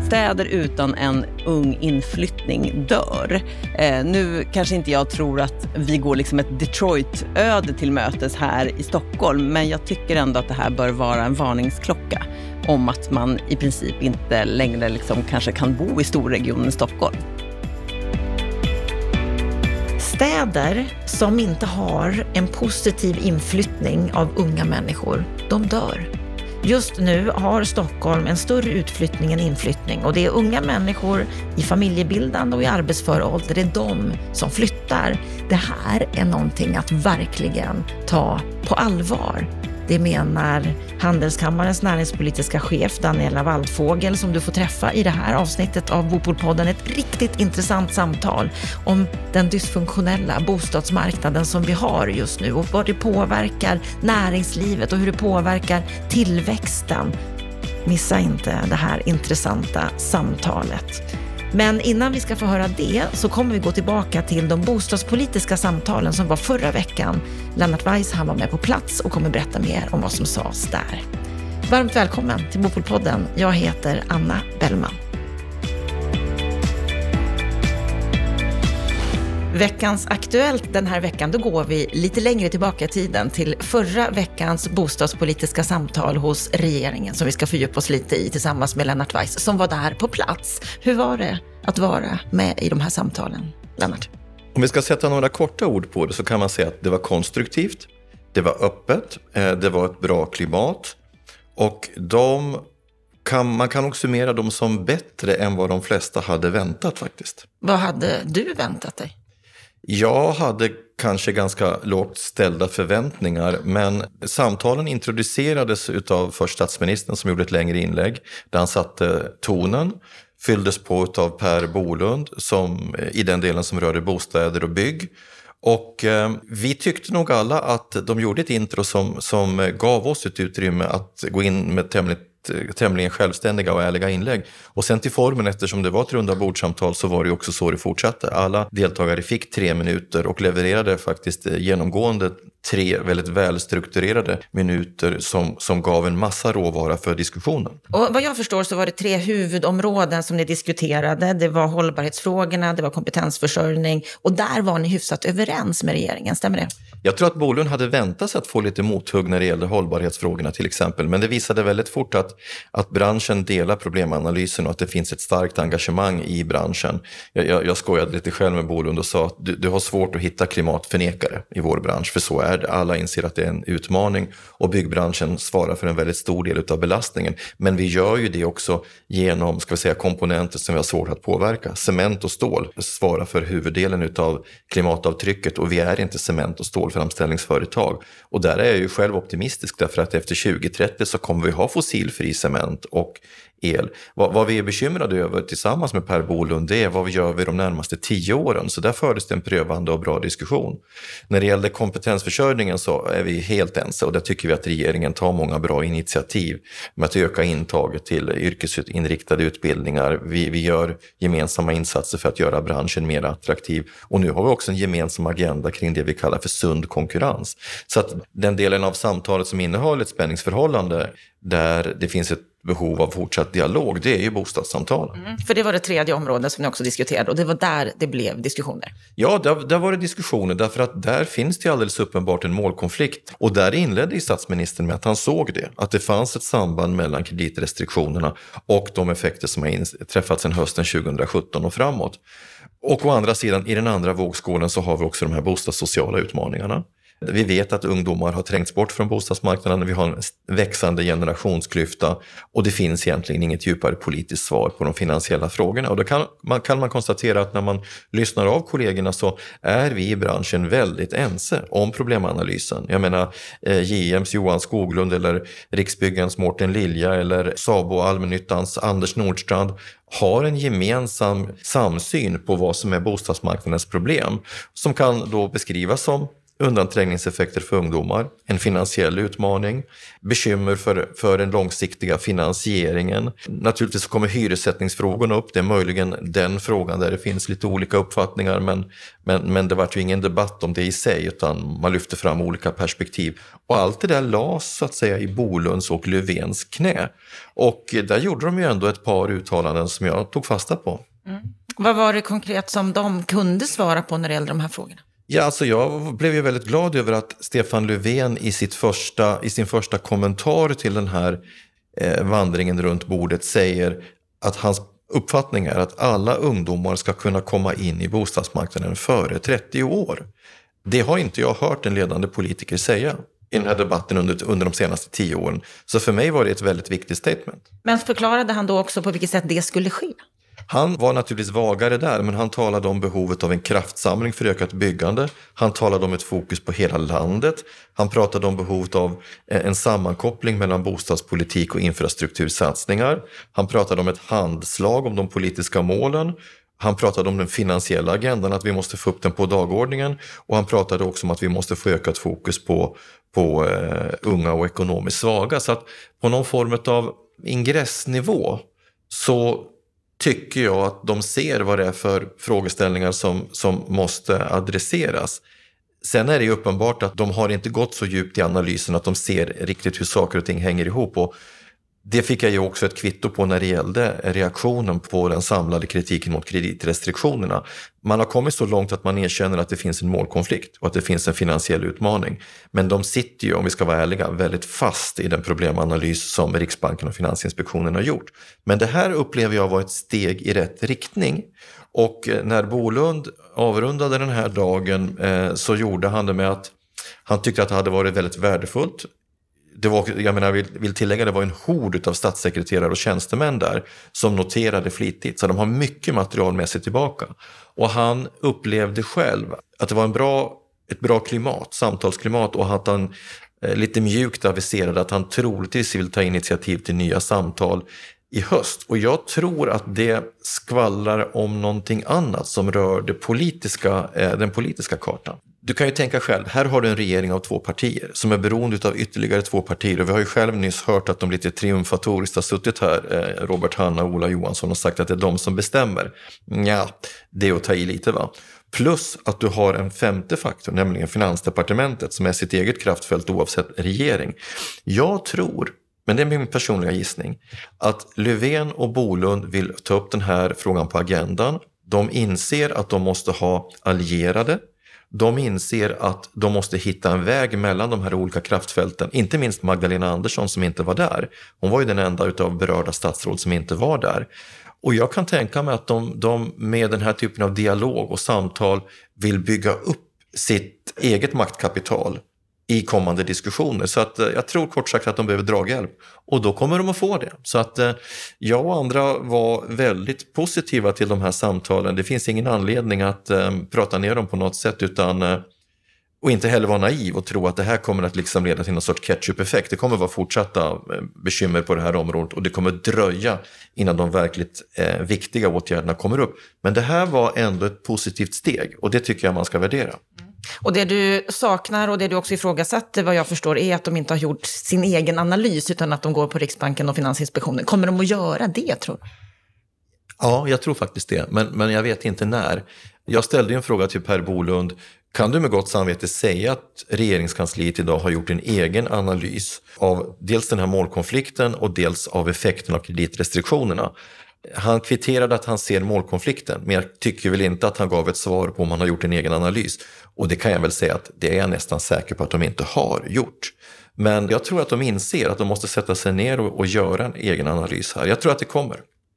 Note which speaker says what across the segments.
Speaker 1: Städer utan en ung inflyttning dör. Nu kanske inte jag tror att vi går liksom ett Detroit-öde till mötes här i Stockholm, men jag tycker ändå att det här bör vara en varningsklocka om att man i princip inte längre liksom kanske kan bo i storregionen Stockholm.
Speaker 2: Städer som inte har en positiv inflyttning av unga människor, de dör. Just nu har Stockholm en större utflyttning än inflyttning, och det är unga människor i familjebildande och i arbetsför ålder, det är de som flyttar. Det här är någonting att verkligen ta på allvar. Det menar Handelskammarens näringspolitiska chef Daniela Waldfågel, som du får träffa i det här avsnittet av Bopolpodden. Ett riktigt intressant samtal om den dysfunktionella bostadsmarknaden som vi har just nu och vad det påverkar näringslivet och hur det påverkar tillväxten. Missa inte det här intressanta samtalet. Men innan vi ska få höra det så kommer vi gå tillbaka till de bostadspolitiska samtalen som var förra veckan. Lennart Weiss, han var med på plats och kommer berätta mer om vad som sades där. Varmt välkommen till Bopolpodden. Jag heter Anna Bellman. Veckans Aktuellt den här veckan, då går vi lite längre tillbaka i tiden till förra veckans bostadspolitiska samtal hos regeringen som vi ska fördjupa oss lite i tillsammans med Lennart Weiss som var där på plats. Hur var det att vara med i de här samtalen, Lennart?
Speaker 3: Om vi ska sätta några korta ord på det så kan man säga att det var konstruktivt, det var öppet, det var ett bra klimat och man kan också summera dem som bättre än vad de flesta hade väntat faktiskt.
Speaker 2: Vad hade du väntat dig?
Speaker 3: Jag hade kanske ganska lågt ställda förväntningar, men samtalen introducerades utav först statsministern som gjorde ett längre inlägg där han satte tonen, fylldes på utav Per Bolund som, i den delen som rörde bostäder och bygg. Och vi tyckte nog alla att de gjorde ett intro som gav oss ett utrymme att gå in med tämligen självständiga och ärliga inlägg. Och sen till formen, eftersom det var ett runda bordsamtal så var det också så det fortsatte. Alla deltagare fick 3 minuter och levererade faktiskt genomgående 3 väldigt välstrukturerade minuter som gav en massa råvara för diskussionen.
Speaker 2: Och vad jag förstår så var det 3 huvudområden som ni diskuterade. Det var hållbarhetsfrågorna, det var kompetensförsörjning och där var ni hyfsat överens med regeringen, stämmer det?
Speaker 3: Jag tror att Bolund hade väntat sig att få lite mothugg när det gäller hållbarhetsfrågorna till exempel. Men det visade väldigt fort att branschen delar problemanalysen och att det finns ett starkt engagemang i branschen. Jag skojade lite själv med Bolund och sa att du har svårt att hitta klimatförnekare i vår bransch, för så är det. Alla inser att det är en utmaning och byggbranschen svarar för en väldigt stor del av belastningen. Men vi gör ju det också genom, ska vi säga, komponenter som vi har svårt att påverka. Cement och stål svarar för huvuddelen av klimatavtrycket och vi är inte cement- och stålframställningsföretag. Och där är jag ju själv optimistisk därför att efter 2030 så kommer vi ha fossilfri cement och el. Vad vi är bekymrade över tillsammans med Per Bolund, det är vad vi gör vid de närmaste 10 åren. Så där fördes det en prövande och bra diskussion. När det gäller kompetensförsörjningen så är vi helt ense och där tycker vi att regeringen tar många bra initiativ med att öka intaget till yrkesinriktade utbildningar. Vi gör gemensamma insatser för att göra branschen mer attraktiv och nu har vi också en gemensam agenda kring det vi kallar för sund konkurrens. Så att den delen av samtalet som innehåller ett spänningsförhållande där det finns ett behov av fortsatt dialog, det är ju bostadssamtal.
Speaker 2: För det var det 3:e området som ni också diskuterade och det var där det blev diskussioner.
Speaker 3: Ja, där var det diskussioner därför att där finns det alldeles uppenbart en målkonflikt och där inledde statsministern med att han såg det, att det fanns ett samband mellan kreditrestriktionerna och de effekter som har träffat sedan hösten 2017 och framåt. Och å andra sidan, i den andra vågskålen så har vi också de här bostadssociala utmaningarna. Vi vet att ungdomar har trängts bort från bostadsmarknaden, vi har en växande generationsklyfta och det finns egentligen inget djupare politiskt svar på de finansiella frågorna. Och då kan man konstatera att när man lyssnar av kollegorna så är vi i branschen väldigt ense om problemanalysen. Jag menar JMs Johan Skoglund eller Riksbyggens Mårten Lilja eller Sabo Allmännyttans Anders Nordstrand har en gemensam samsyn på vad som är bostadsmarknadens problem som kan då beskrivas som undanträngningseffekter för ungdomar, en finansiell utmaning, bekymmer för den långsiktiga finansieringen. Naturligtvis kommer hyressättningsfrågorna upp, det är möjligen den frågan där det finns lite olika uppfattningar, men det var ju ingen debatt om det i sig, utan man lyfte fram olika perspektiv. Och allt det där lades så att säga i Bolunds och Löfvens knä. Och där gjorde de ju ändå ett par uttalanden som jag tog fasta på.
Speaker 2: Vad var det konkret som de kunde svara på när det gällde de här frågorna?
Speaker 3: Ja, alltså jag blev ju väldigt glad över att Stefan Löfven i sin första kommentar till den här vandringen runt bordet säger att hans uppfattning är att alla ungdomar ska kunna komma in i bostadsmarknaden före 30 år. Det har inte jag hört en ledande politiker säga i den här debatten under de senaste 10 åren. Så för mig var det ett väldigt viktigt statement.
Speaker 2: Men förklarade han då också på vilket sätt det skulle ske?
Speaker 3: Han var naturligtvis vagare där, men han talade om behovet av en kraftsamling för ökat byggande. Han talade om ett fokus på hela landet. Han pratade om behovet av en sammankoppling mellan bostadspolitik och infrastruktursatsningar. Han pratade om ett handslag om de politiska målen. Han pratade om den finansiella agendan, att vi måste få upp den på dagordningen. Och han pratade också om att vi måste få ökat fokus på unga och ekonomiskt svaga. Så att på någon form av ingressnivå så tycker jag att de ser vad det är för frågeställningar som måste adresseras. Sen är det ju uppenbart att de har inte gått så djupt i analysen att de ser riktigt hur saker och ting hänger ihop. Och det fick jag ju också ett kvitto på när det gällde reaktionen på den samlade kritiken mot kreditrestriktionerna. Man har kommit så långt att man erkänner att det finns en målkonflikt och att det finns en finansiell utmaning. Men de sitter ju, om vi ska vara ärliga, väldigt fast i den problemanalys som Riksbanken och Finansinspektionen har gjort. Men det här upplever jag var ett steg i rätt riktning. Och när Bolund avrundade den här dagen så gjorde han det med att han tyckte att det hade varit väldigt värdefullt. Det var, jag vill tillägga, det var en hord av statssekreterare och tjänstemän där som noterade flitigt. Så de har mycket material med sig tillbaka. Och han upplevde själv att det var ett bra klimat, samtalsklimat, och att han lite mjukt aviserade att han troligtvis vill ta initiativ till nya samtal i höst. Och jag tror att det skvallrar om någonting annat som rör den politiska kartan. Du kan ju tänka själv, här har du en regering av 2 partier som är beroende av ytterligare 2 partier. Och vi har ju själv nyss hört att de lite triumfatoriskt har suttit här, Robert Hanna och Ola Johansson, och sagt att det är de som bestämmer. Ja, det är att ta i lite, va? Plus att du har en 5:e faktor, nämligen Finansdepartementet, som är sitt eget kraftfält oavsett regering. Jag tror, men det är min personliga gissning, att Löfven och Bolund vill ta upp den här frågan på agendan. De inser att de måste ha allierade. De inser att de måste hitta en väg mellan de här olika kraftfälten. Inte minst Magdalena Andersson som inte var där. Hon var ju den enda utav berörda statsråd som inte var där. Och jag kan tänka mig att de med den här typen av dialog och samtal vill bygga upp sitt eget maktkapital i kommande diskussioner. Så att jag tror kort sagt att de behöver draghjälp. Och då kommer de att få det. Så att jag och andra var väldigt positiva till de här samtalen. Det finns ingen anledning att prata ner dem på något sätt, och inte heller vara naiv och tro att det här kommer att liksom leda till någon sorts ketchup-effekt. Det kommer att vara fortsatta bekymmer på det här området, och det kommer dröja innan de verkligt viktiga åtgärderna kommer upp. Men det här var ändå ett positivt steg, och det tycker jag man ska värdera.
Speaker 2: Och det du saknar och det du också ifrågasatte, vad jag förstår, är att de inte har gjort sin egen analys utan att de går på Riksbanken och Finansinspektionen. Kommer de att göra det, tror du?
Speaker 3: Ja, jag tror faktiskt det. Men jag vet inte när. Jag ställde en fråga till Per Bolund. Kan du med gott samvete säga att regeringskansliet idag har gjort en egen analys av dels den här målkonflikten och dels av effekten av kreditrestriktionerna? Han kvitterade att han ser målkonflikten, men jag tycker väl inte att han gav ett svar på om han har gjort en egen analys. Och det kan jag väl säga att det är jag nästan säker på att de inte har gjort. Men jag tror att de inser att de måste sätta sig ner och göra en egen analys här. Jag tror att det kommer.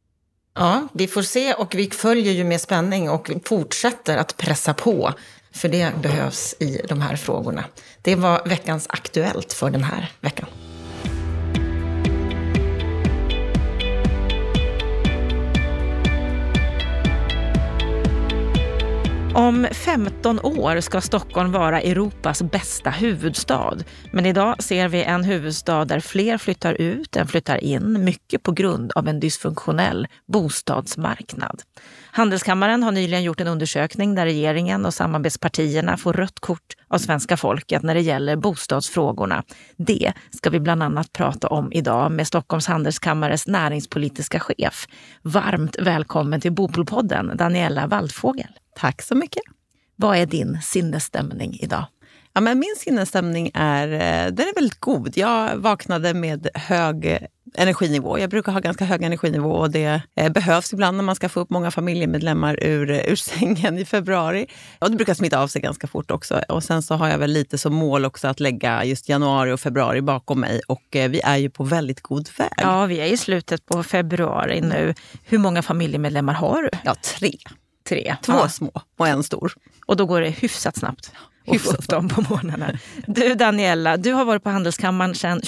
Speaker 2: Ja, vi får se, och vi följer ju med spänning och fortsätter att pressa på. För det behövs i de här frågorna. Det var veckans Aktuellt för den här veckan. Om 15 år ska Stockholm vara Europas bästa huvudstad. Men idag ser vi en huvudstad där fler flyttar ut än flyttar in, mycket på grund av en dysfunktionell bostadsmarknad. Handelskammaren har nyligen gjort en undersökning där regeringen och samarbetspartierna får rött kort av svenska folket när det gäller bostadsfrågorna. Det ska vi bland annat prata om idag med Stockholms handelskammares näringspolitiska chef. Varmt välkommen till Bopolpodden, Daniela Waldfågel.
Speaker 1: Tack så mycket.
Speaker 2: Vad är din sinnesstämning idag?
Speaker 1: Ja, men min sinnesstämning den är väldigt god. Jag vaknade med hög energinivå. Jag brukar ha ganska hög energinivå och det behövs ibland när man ska få upp många familjemedlemmar ur sängen i februari. Och det brukar smitta av sig ganska fort också. Och sen så har jag väl lite som mål också att lägga just januari och februari bakom mig. Och vi är ju på väldigt god väg.
Speaker 2: Ja, vi är i slutet på februari nu. Hur många familjemedlemmar har du?
Speaker 1: Ja, 3. 2 små och en stor.
Speaker 2: Och då går det hyfsat snabbt. Och få upp dem på morgnarna. Du Daniela, du har varit på Handelskammaren sedan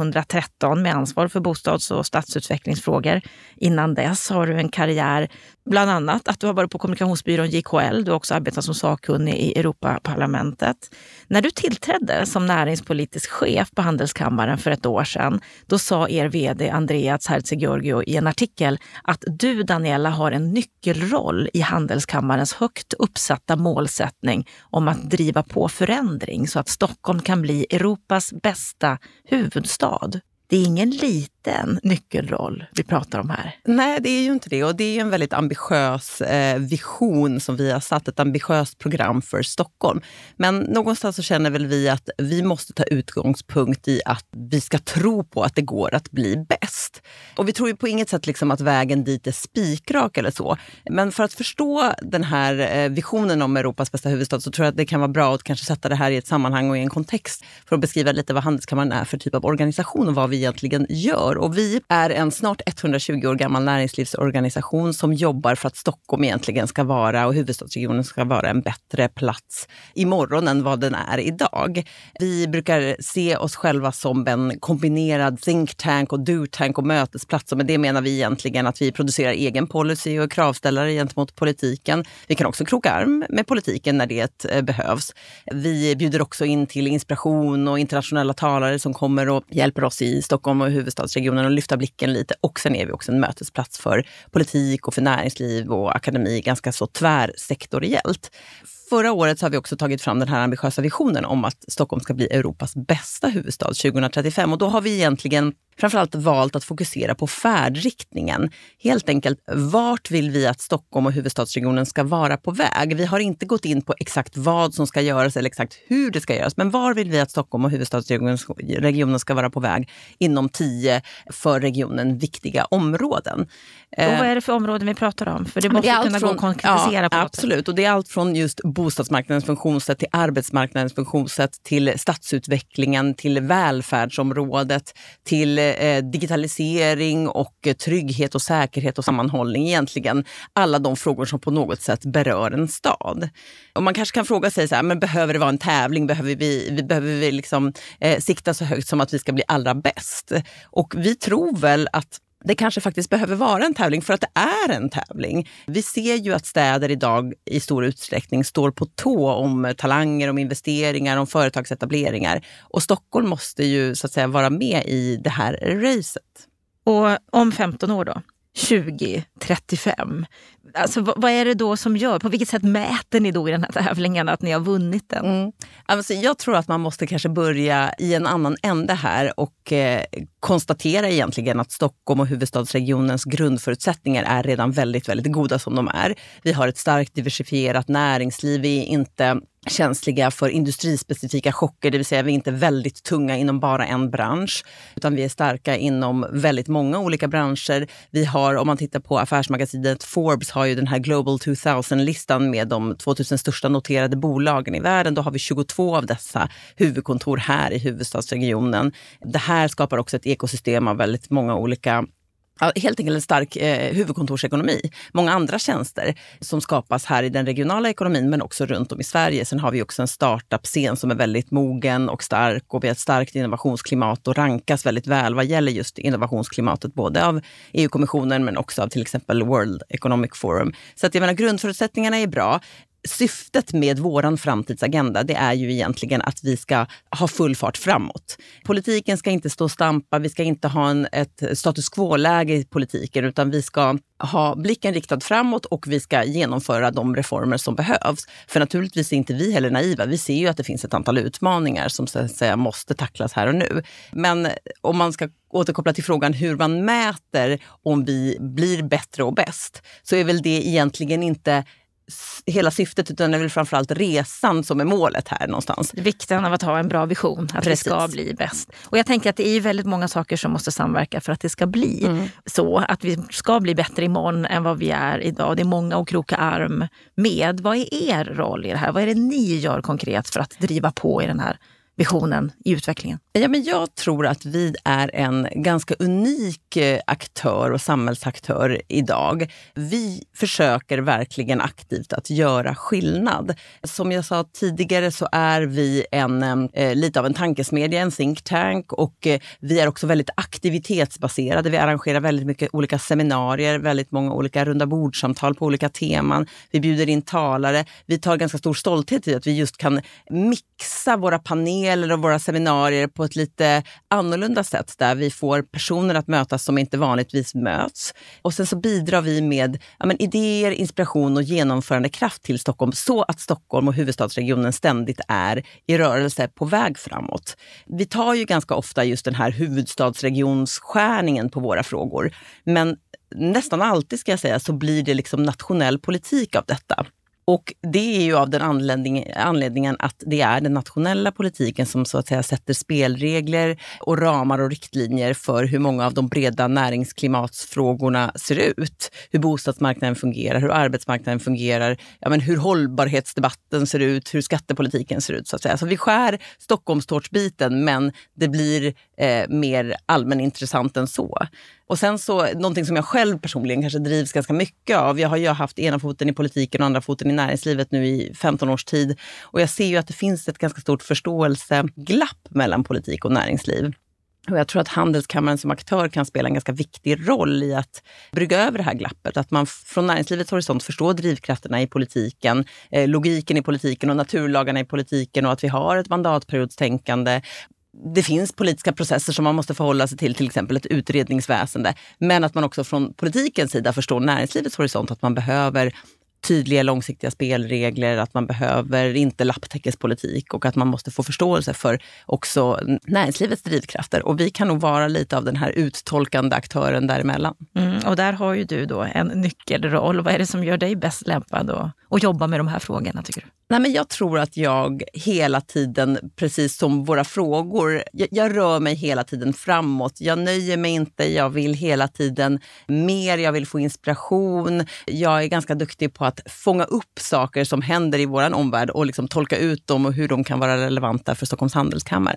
Speaker 2: 2013 med ansvar för bostads- och stadsutvecklingsfrågor. Innan dess har du en karriär, bland annat att du har varit på kommunikationsbyrån JKL. Du har också arbetat som sakkunnig i Europaparlamentet. När du tillträdde som näringspolitisk chef på Handelskammaren för ett år sedan, då sa er vd Andreas Herzegiorgio i en artikel att du Daniela har en nyckelroll i Handelskammarens högt uppsatta målsättning om att driva på förändring så att Stockholm kan bli Europas bästa huvudstad. Det är ingen liten nyckelroll vi pratar om här.
Speaker 1: Nej, det är ju inte det. Och det är ju en väldigt ambitiös vision som vi har satt, ett ambitiöst program för Stockholm. Men någonstans så känner väl vi att vi måste ta utgångspunkt i att vi ska tro på att det går att bli bäst. Och vi tror ju på inget sätt liksom att vägen dit är spikrak eller så. Men för att förstå den här visionen om Europas bästa huvudstad så tror jag att det kan vara bra att kanske sätta det här i ett sammanhang och i en kontext för att beskriva lite vad Handelskammaren är för typ av organisation och vad vi egentligen gör. Och vi är en snart 120 år gammal näringslivsorganisation som jobbar för att Stockholm egentligen ska vara och huvudstadsregionen ska vara en bättre plats imorgon än vad den är idag. Vi brukar se oss själva som en kombinerad think tank och do tank och mötesplats. Och med det menar vi egentligen att vi producerar egen policy och kravställare gentemot politiken. Vi kan också kroka arm med politiken när det behövs. Vi bjuder också in till inspiration och internationella talare som kommer och hjälper oss i Stockholm och huvudstadsregionen och lyfta blicken lite. Och sen är vi också en mötesplats för politik och för näringsliv och akademi ganska så tvärsektoriellt. Förra året så har vi också tagit fram den här ambitiösa visionen om att Stockholm ska bli Europas bästa huvudstad 2035. Och då har vi egentligen framförallt valt att fokusera på färdriktningen. Helt enkelt, vart vill vi att Stockholm och huvudstadsregionen ska vara på väg? Vi har inte gått in på exakt vad som ska göras eller exakt hur det ska göras. Men var vill vi att Stockholm och huvudstadsregionen ska vara på väg inom 10 för regionen viktiga områden?
Speaker 2: Och vad är det för områden vi pratar om? För det måste kunna gå att konkretisera på.
Speaker 1: Absolut, och det är allt från just bostadsmarknadens funktionssätt till arbetsmarknadens funktionssätt till stadsutvecklingen, till välfärdsområdet, till digitalisering och trygghet och säkerhet och sammanhållning. Egentligen alla de frågor som på något sätt berör en stad. Och man kanske kan fråga sig så här, men behöver det vara en tävling? Behöver vi liksom sikta så högt som att vi ska bli allra bäst? Och vi tror väl att det kanske faktiskt behöver vara en tävling för att det är en tävling. Vi ser ju att städer idag i stor utsträckning står på tå om talanger, om investeringar, om företagsetableringar. Och Stockholm måste ju så att säga vara med i det här racet.
Speaker 2: Och om 15 år då? 2035. Alltså vad är det då som gör? På vilket sätt mäter ni då i den här tävlingen att ni har vunnit den?
Speaker 1: Alltså, jag tror att man måste kanske börja i en annan ände här och konstatera egentligen att Stockholm och huvudstadsregionens grundförutsättningar är redan väldigt, väldigt goda som de är. Vi har ett starkt diversifierat näringsliv, vi är inte känsliga för industrispecifika chocker, det vill säga vi är inte väldigt tunga inom bara en bransch, utan vi är starka inom väldigt många olika branscher. Vi har, om man tittar på affärsmagasinet Forbes, har ju den här Global 2000-listan med de 2000 största noterade bolagen i världen. Då har vi 22 av dessa huvudkontor här i huvudstadsregionen. Det här skapar också ett ekosystem av väldigt många olika, helt enkelt en stark huvudkontorsekonomi. Många andra tjänster som skapas här i den regionala ekonomin men också runt om i Sverige. Sen har vi också en startup-scen som är väldigt mogen och stark, och vi har ett starkt innovationsklimat och rankas väldigt väl vad gäller just innovationsklimatet både av EU-kommissionen men också av till exempel World Economic Forum. Så att jag menar, grundförutsättningarna är bra. syftet med våran framtidsagenda, det är ju egentligen att vi ska ha full fart framåt. Politiken ska inte stå och stampa, vi ska inte ha ett status quo-läge i politiken, utan vi ska ha blicken riktad framåt och vi ska genomföra de reformer som behövs. För naturligtvis är inte vi heller naiva. Vi ser ju att det finns ett antal utmaningar som så att säga måste tacklas här och nu. Men om man ska återkoppla till frågan hur man mäter om vi blir bättre och bäst, så är väl det egentligen inte hela syftet, utan det är väl framförallt resan som är målet här någonstans.
Speaker 4: Vikten av att ha en bra vision, att vi ska bli bäst. Och jag tänker att det är ju väldigt många saker som måste samverka för att det ska bli så. Att vi ska bli bättre imorgon än vad vi är idag. Det är många att kroka arm med. Vad är er roll i det här? Vad är det ni gör konkret för att driva på i den här visionen i utvecklingen?
Speaker 1: Ja, men jag tror att vi är en ganska unik aktör och samhällsaktör idag. Vi försöker verkligen aktivt att göra skillnad. Som jag sa tidigare så är vi lite av en tankesmedja, en think tank, och vi är också väldigt aktivitetsbaserade. Vi arrangerar väldigt mycket olika seminarier, väldigt många olika runda bordsamtal på olika teman. Vi bjuder in talare. Vi tar ganska stor stolthet i att vi just kan mixa våra paneler och våra seminarier på ett lite annorlunda sätt, där vi får personer att mötas som inte vanligtvis möts. Och sen så bidrar vi med idéer, inspiration och genomförande kraft till Stockholm, så att Stockholm och huvudstadsregionen ständigt är i rörelse på väg framåt. Vi tar ju ganska ofta just den här huvudstadsregionsskärningen på våra frågor, men nästan alltid, ska jag säga, så blir det liksom nationell politik av detta. Och det är ju av den anledningen att det är den nationella politiken som så att säga sätter spelregler och ramar och riktlinjer för hur många av de breda näringsklimatsfrågorna ser ut. Hur bostadsmarknaden fungerar, hur arbetsmarknaden fungerar, hur hållbarhetsdebatten ser ut, hur skattepolitiken ser ut så att säga. Så vi skär Stockholmstårtsbiten, men det blir mer allmänintressant än så. Och sen så, någonting som jag själv personligen kanske drivs ganska mycket av. Jag har ju haft ena foten i politiken och andra foten i näringslivet nu i 15 års tid. Och jag ser ju att det finns ett ganska stort förståelseglapp mellan politik och näringsliv. Och jag tror att Handelskammaren som aktör kan spela en ganska viktig roll i att brygga över det här glappet. Att man från näringslivets horisont förstår drivkrafterna i politiken, logiken i politiken och naturlagarna i politiken, och att vi har ett mandatperiodstänkande. Det finns politiska processer som man måste förhålla sig till exempel ett utredningsväsende. Men att man också från politikens sida förstår näringslivets horisont, att man behöver tydliga långsiktiga spelregler, att man behöver inte lapptäckespolitik, och att man måste få förståelse för också näringslivets drivkrafter. Och vi kan nog vara lite av den här uttolkande aktören däremellan.
Speaker 4: Och där har ju du då en nyckelroll. Vad är det som gör dig bäst lämpad att jobba med de här frågorna, tycker du?
Speaker 1: Nej, men jag tror att jag hela tiden, precis som våra frågor, jag rör mig hela tiden framåt. Jag nöjer mig inte, jag vill hela tiden mer, jag vill få inspiration. Jag är ganska duktig på att fånga upp saker som händer i våran omvärld och liksom tolka ut dem och hur de kan vara relevanta för Stockholms handelskammare.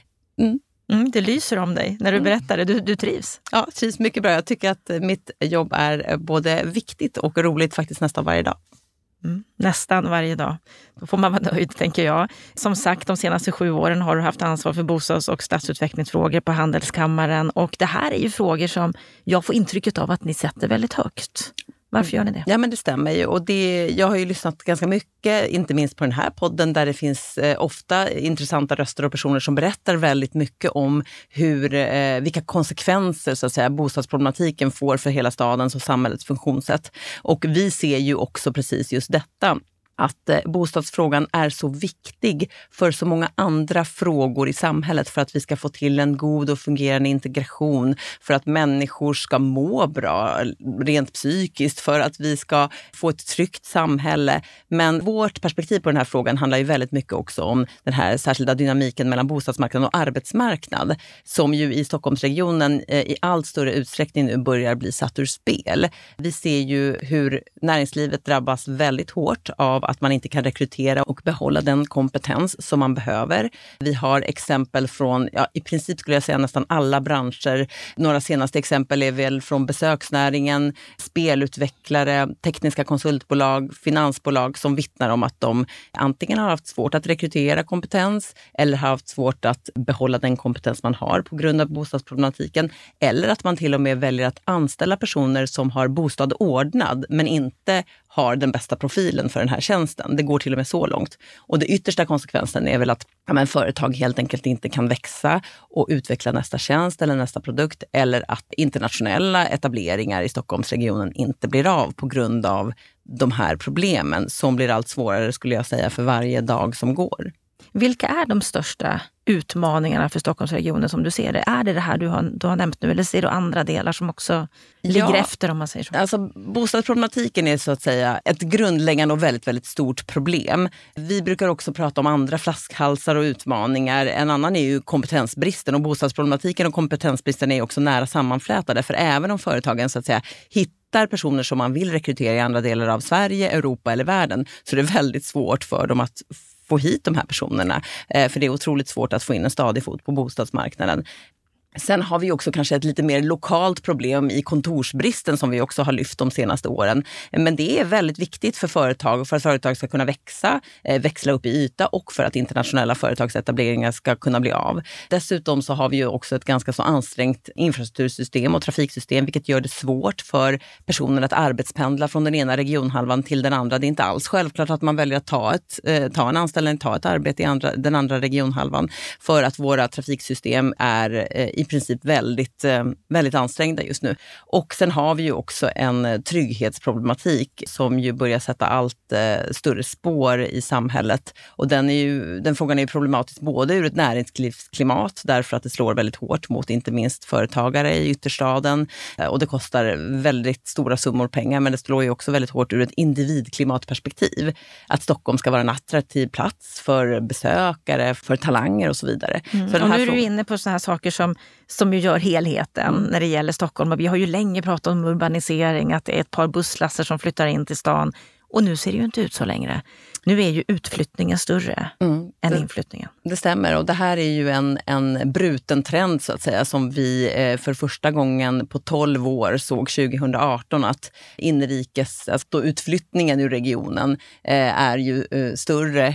Speaker 4: Det lyser om dig när du berättar det. Du trivs.
Speaker 1: Ja, trivs mycket bra. Jag tycker att mitt jobb är både viktigt och roligt faktiskt nästan varje dag.
Speaker 4: Nästan varje dag. Då får man vara nöjd, tänker jag. Som sagt, de senaste 7 åren har du haft ansvar för bostads- och stadsutvecklingsfrågor på Handelskammaren. Och det här är ju frågor som jag får intrycket av att ni sätter väldigt högt. Varför gör ni det?
Speaker 1: Ja, men det stämmer ju. Och jag har ju lyssnat ganska mycket, inte minst på den här podden, där det finns ofta intressanta röster och personer som berättar väldigt mycket om vilka konsekvenser så att säga, bostadsproblematiken får för hela stadens och samhällets funktionssätt. Och vi ser ju också precis just detta, att bostadsfrågan är så viktig för så många andra frågor i samhället, för att vi ska få till en god och fungerande integration, för att människor ska må bra rent psykiskt, för att vi ska få ett tryggt samhälle. Men vårt perspektiv på den här frågan handlar ju väldigt mycket också om den här särskilda dynamiken mellan bostadsmarknaden och arbetsmarknad, som ju i Stockholmsregionen i allt större utsträckning nu börjar bli satt ur spel. Vi ser ju hur näringslivet drabbas väldigt hårt av att man inte kan rekrytera och behålla den kompetens som man behöver. Vi har exempel från, i princip skulle jag säga nästan alla branscher. Några senaste exempel är väl från besöksnäringen, spelutvecklare, tekniska konsultbolag, finansbolag, som vittnar om att de antingen har haft svårt att rekrytera kompetens eller har haft svårt att behålla den kompetens man har på grund av bostadsproblematiken, eller att man till och med väljer att anställa personer som har bostad ordnad men inte har den bästa profilen för den här tjänsten. Det går till och med så långt. Och det yttersta konsekvensen är väl att företag helt enkelt inte kan växa och utveckla nästa tjänst eller nästa produkt, eller att internationella etableringar i Stockholmsregionen inte blir av på grund av de här problemen som blir allt svårare, skulle jag säga, för varje dag som går.
Speaker 4: Vilka är de största utmaningarna för Stockholmsregionen som du ser det? Är det här du har nämnt nu, eller ser du andra delar som också ligger efter, om man säger så?
Speaker 1: Alltså, bostadsproblematiken är så att säga ett grundläggande och väldigt, väldigt stort problem. Vi brukar också prata om andra flaskhalsar och utmaningar. En annan är ju kompetensbristen, och bostadsproblematiken och kompetensbristen är också nära sammanflätade, för även om företagen så att säga hittar personer som man vill rekrytera i andra delar av Sverige, Europa eller världen, så är det väldigt svårt för dem att få hit de här personerna. För det är otroligt svårt att få in en stadig fot på bostadsmarknaden. Sen har vi också kanske ett lite mer lokalt problem i kontorsbristen som vi också har lyft de senaste åren. Men det är väldigt viktigt för företag, för att företag ska kunna växa, växla upp i yta och för att internationella företagsetableringar ska kunna bli av. Dessutom så har vi ju också ett ganska så ansträngt infrastruktursystem och trafiksystem, vilket gör det svårt för personer att arbetspendla från den ena regionhalvan till den andra. Det är inte alls självklart att man väljer att ta en anställning, ta ett arbete i den andra regionhalvan, för att våra trafiksystem är i princip väldigt, väldigt ansträngda just nu. Och sen har vi ju också en trygghetsproblematik som ju börjar sätta allt större spår i samhället. Och den frågan är ju problematisk både ur ett näringslivsklimat, därför att det slår väldigt hårt mot inte minst företagare i ytterstaden. Och det kostar väldigt stora summor pengar, men det slår ju också väldigt hårt ur ett individklimatperspektiv. Att Stockholm ska vara en attraktiv plats för besökare, för talanger och så vidare. Så
Speaker 4: och nu är du inne på såna här saker som ju gör helheten när det gäller Stockholm. Och vi har ju länge pratat om urbanisering, att det är ett par busslaster som flyttar in till stan. Och nu ser det ju inte ut så längre. Nu är ju utflyttningen större än inflyttningen.
Speaker 1: Det stämmer, och det här är ju en bruten trend så att säga, som vi för första gången på 12 år såg 2018, att alltså utflyttningen ur regionen är ju större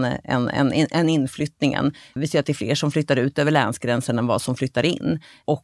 Speaker 1: än inflyttningen. Vi ser att det är fler som flyttar ut över länsgränsen än vad som flyttar in. Och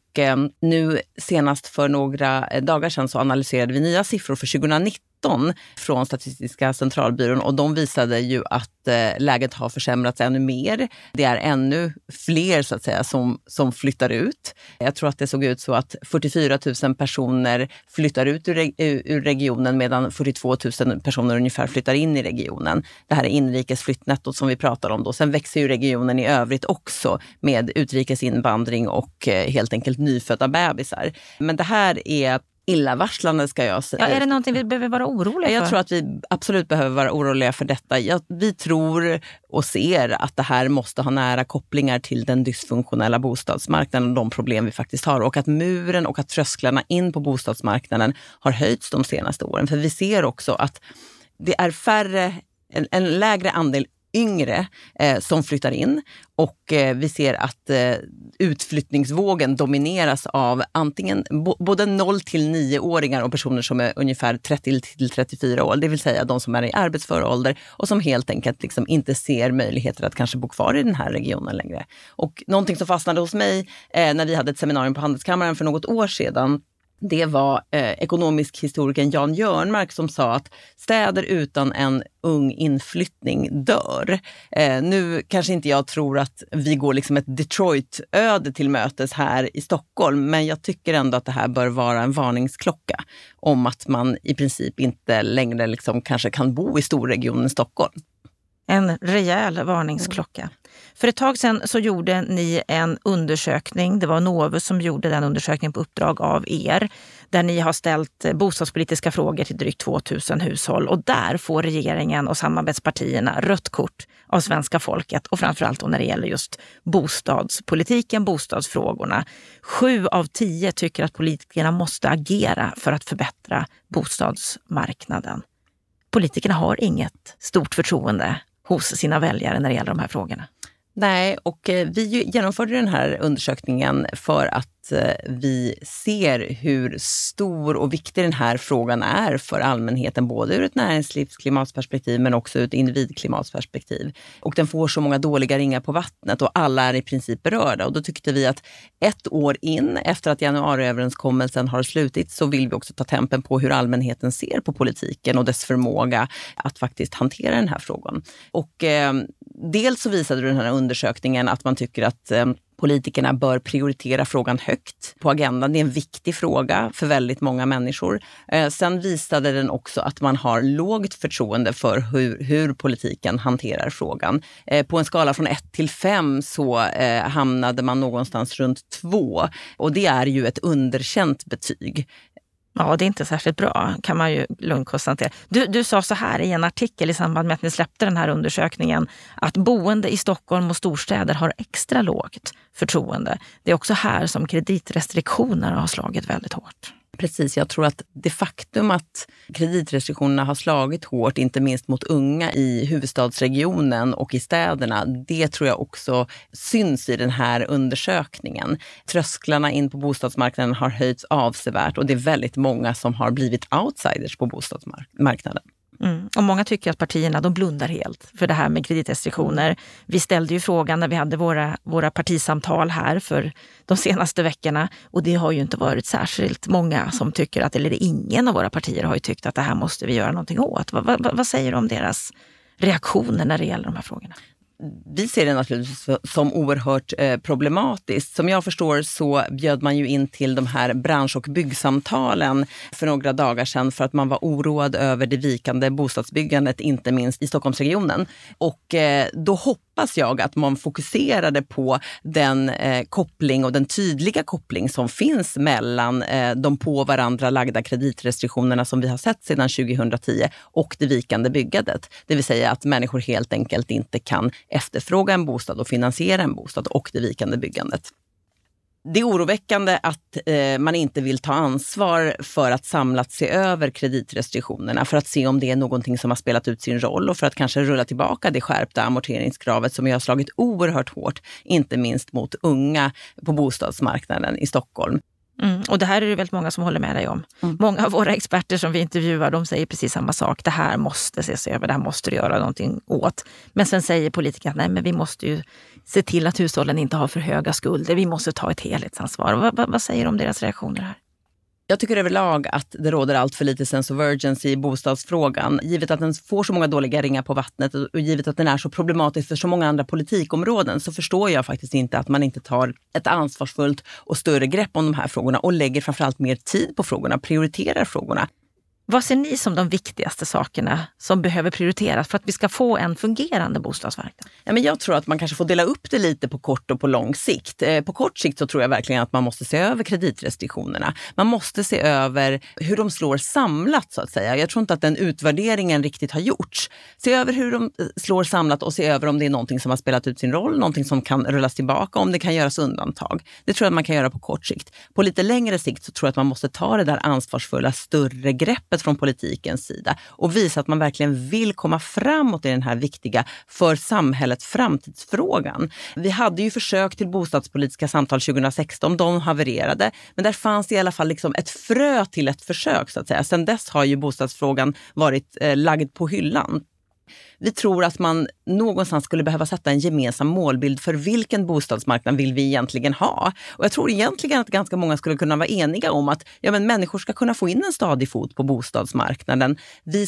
Speaker 1: nu senast för några dagar sedan så analyserade vi nya siffror för 2019 från Statistiska centralbyrån, och de visade ju att läget har försämrats ännu mer. Det är ännu fler så att säga som flyttar ut. Jag tror att det såg ut så att 44 000 personer flyttar ut ur regionen, medan 42 000 personer ungefär flyttar in i regionen. Det här är inrikes flyttnettot som vi pratar om då. Sen växer ju regionen i övrigt också med utrikesinvandring och helt enkelt nyfödda bebisar. Men det här är illavarslande, ska jag säga.
Speaker 4: Ja, är det någonting vi behöver vara oroliga för?
Speaker 1: Jag tror att vi absolut behöver vara oroliga för detta. Vi tror och ser att det här måste ha nära kopplingar till den dysfunktionella bostadsmarknaden och de problem vi faktiskt har. Och att muren och att trösklarna in på bostadsmarknaden har höjts de senaste åren. För vi ser också att det är en lägre andel yngre som flyttar in, och vi ser att utflyttningsvågen domineras av antingen både 0 till 9-åringar och personer som är ungefär 30 till 34 år, det vill säga de som är i arbetsför ålder och som helt enkelt liksom inte ser möjligheter att kanske bo kvar i den här regionen längre. Och någonting som fastnade hos mig när vi hade ett seminarium på Handelskammaren för något år sedan, det var ekonomisk historikern Jan Jörnmark som sa att städer utan en ung inflyttning dör. Nu kanske inte jag tror att vi går liksom ett Detroit-öde till mötes här i Stockholm, men jag tycker ändå att det här bör vara en varningsklocka om att man i princip inte längre liksom kanske kan bo i storregionen Stockholm.
Speaker 4: En rejäl varningsklocka. För ett tag sedan så gjorde ni en undersökning, det var Novus som gjorde den undersökningen på uppdrag av er, där ni har ställt bostadspolitiska frågor till drygt 2000 hushåll, och där får regeringen och samarbetspartierna rött kort av svenska folket, och framförallt då när det gäller just bostadspolitiken, bostadsfrågorna. 7 av 10 tycker att politikerna måste agera för att förbättra bostadsmarknaden. Politikerna har inget stort förtroende hos sina väljare när det gäller de här frågorna.
Speaker 1: Nej, och vi genomförde den här undersökningen för att vi ser hur stor och viktig den här frågan är för allmänheten, både ur ett näringslivsklimatsperspektiv men också ur ett individklimatsperspektiv. Och den får så många dåliga ringar på vattnet och alla är i princip berörda. Och då tyckte vi att ett år in efter att januariöverenskommelsen har slutit så vill vi också ta tempen på hur allmänheten ser på politiken och dess förmåga att faktiskt hantera den här frågan. Och dels så visade den här undersökningen att man tycker att politikerna bör prioritera frågan högt på agendan. Det är en viktig fråga för väldigt många människor. Sen visade den också att man har lågt förtroende för hur politiken hanterar frågan. På en skala från 1 till 5 så hamnade man någonstans runt 2. Och det är ju ett underkänt betyg.
Speaker 4: Ja, det är inte särskilt bra, kan man ju lugnt konstatera. Du sa så här i en artikel i samband med att ni släppte den här undersökningen att boende i Stockholm och storstäder har extra lågt förtroende. Det är också här som kreditrestriktioner har slagit väldigt hårt.
Speaker 1: Precis, jag tror att det faktum att kreditrestriktionerna har slagit hårt, inte minst mot unga i huvudstadsregionen och i städerna, det tror jag också syns i den här undersökningen. Trösklarna in på bostadsmarknaden har höjts avsevärt och det är väldigt många som har blivit outsiders på bostadsmarknaden.
Speaker 4: Och många tycker att partierna de blundar helt för det här med kreditrestriktioner. Vi ställde ju frågan när vi hade våra partisamtal här för de senaste veckorna och det har ju inte varit särskilt många som tycker att, eller ingen av våra partier har ju tyckt att det här måste vi göra någonting åt. Vad säger du om deras reaktioner när det gäller de här frågorna?
Speaker 1: Vi ser det naturligtvis som oerhört problematiskt. Som jag förstår så bjöd man ju in till de här bransch- och byggsamtalen för några dagar sedan för att man var oroad över det vikande bostadsbyggandet, inte minst i Stockholmsregionen. Och då hoppas jag att man fokuserade på den koppling och den tydliga koppling som finns mellan de på varandra lagda kreditrestriktionerna som vi har sett sedan 2010 och det vikande byggandet. Det vill säga att människor helt enkelt inte kan efterfråga en bostad och finansiera en bostad och det vikande byggandet. Det är oroväckande att man inte vill ta ansvar för att samlat se över kreditrestriktionerna för att se om det är någonting som har spelat ut sin roll och för att kanske rulla tillbaka det skärpta amorteringskravet som har slagit oerhört hårt, inte minst mot unga på bostadsmarknaden i Stockholm.
Speaker 4: Och det här är det väldigt många som håller med dig om. Många av våra experter som vi intervjuar, de säger precis samma sak. Det här måste ses över, det här måste du göra någonting åt. Men sen säger politikerna att nej, men vi måste ju se till att hushållen inte har för höga skulder. Vi måste ta ett helhetsansvar. Vad säger du om deras reaktioner här?
Speaker 1: Jag tycker överlag att det råder allt för lite sense of urgency i bostadsfrågan. Givet att den får så många dåliga ringar på vattnet och givet att den är så problematisk för så många andra politikområden så förstår jag faktiskt inte att man inte tar ett ansvarsfullt och större grepp om de här frågorna och lägger framförallt mer tid på frågorna, prioriterar frågorna.
Speaker 4: Vad ser ni som de viktigaste sakerna som behöver prioriteras för att vi ska få en fungerande bostadsmarknad?
Speaker 1: Ja, men jag tror att man kanske får dela upp det lite på kort och på lång sikt. På kort sikt så tror jag verkligen att man måste se över kreditrestriktionerna. Man måste se över hur de slår samlat så att säga. Jag tror inte att den utvärderingen riktigt har gjorts. Se över hur de slår samlat och se över om det är någonting som har spelat ut sin roll, någonting som kan rullas tillbaka, om det kan göras undantag. Det tror jag att man kan göra på kort sikt. På lite längre sikt så tror jag att man måste ta det där ansvarsfulla större greppet från politikens sida och visa att man verkligen vill komma framåt i den här viktiga för samhället framtidsfrågan. Vi hade ju försök till bostadspolitiska samtal 2016, de havererade, men där fanns i alla fall liksom ett frö till ett försök så att säga. Sen dess har ju bostadsfrågan varit lagd på hyllan. Vi tror att man någonstans skulle behöva sätta en gemensam målbild för vilken bostadsmarknad vill vi egentligen ha. Och jag tror egentligen att ganska många skulle kunna vara eniga om att människor ska kunna få in en stadig fot på bostadsmarknaden.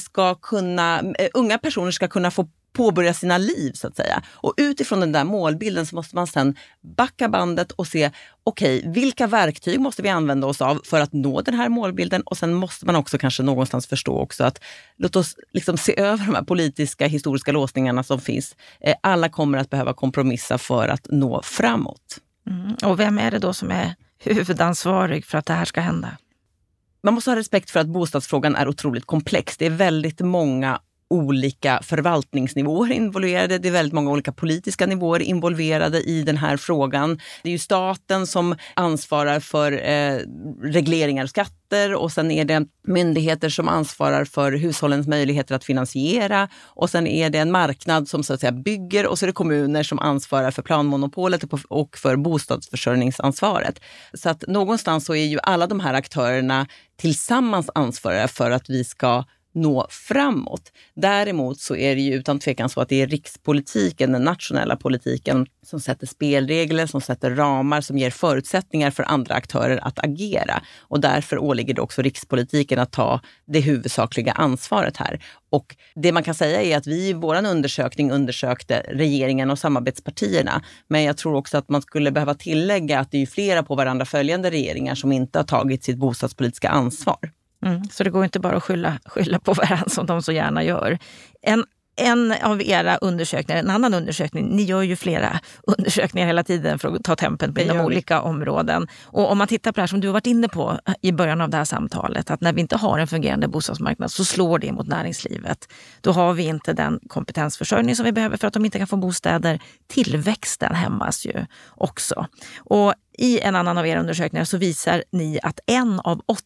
Speaker 1: Unga personer ska kunna få påbörja sina liv så att säga. Och utifrån den där målbilden så måste man sedan backa bandet och se vilka verktyg måste vi använda oss av för att nå den här målbilden, och sen måste man också kanske någonstans förstå också att låt oss liksom se över de här politiska historiska låsningarna som finns. Alla kommer att behöva kompromissa för att nå framåt.
Speaker 4: Och vem är det då som är huvudansvarig för att det här ska hända?
Speaker 1: Man måste ha respekt för att bostadsfrågan är otroligt komplex. Det är väldigt många olika förvaltningsnivåer involverade. Det är väldigt många olika politiska nivåer involverade i den här frågan. Det är ju staten som ansvarar för regleringar och skatter, och sen är det myndigheter som ansvarar för hushållens möjligheter att finansiera, och sen är det en marknad som så att säga bygger, och så är det kommuner som ansvarar för planmonopolet och för bostadsförsörjningsansvaret. Så att någonstans så är ju alla de här aktörerna tillsammans ansvariga för att vi ska nå framåt. Däremot så är det ju utan tvekan så att det är rikspolitiken, den nationella politiken, som sätter spelregler, som sätter ramar, som ger förutsättningar för andra aktörer att agera. Och därför åligger det också rikspolitiken att ta det huvudsakliga ansvaret här. Och det man kan säga är att vi i vår undersökning undersökte regeringen och samarbetspartierna. Men jag tror också att man skulle behöva tillägga att det är flera på varandra följande regeringar som inte har tagit sitt bostadspolitiska ansvar.
Speaker 4: Så det går inte bara att skylla på varandra som de så gärna gör. En av era undersökningar, en annan undersökning, ni gör ju flera undersökningar hela tiden för att ta tempen på de olika områden. Och om man tittar på det här som du har varit inne på i början av det här samtalet, att när vi inte har en fungerande bostadsmarknad så slår det mot näringslivet. Då har vi inte den kompetensförsörjning som vi behöver för att de inte kan få bostäder. Tillväxten hämmas ju också. Och i en annan av era undersökningar så visar ni att 1 av 8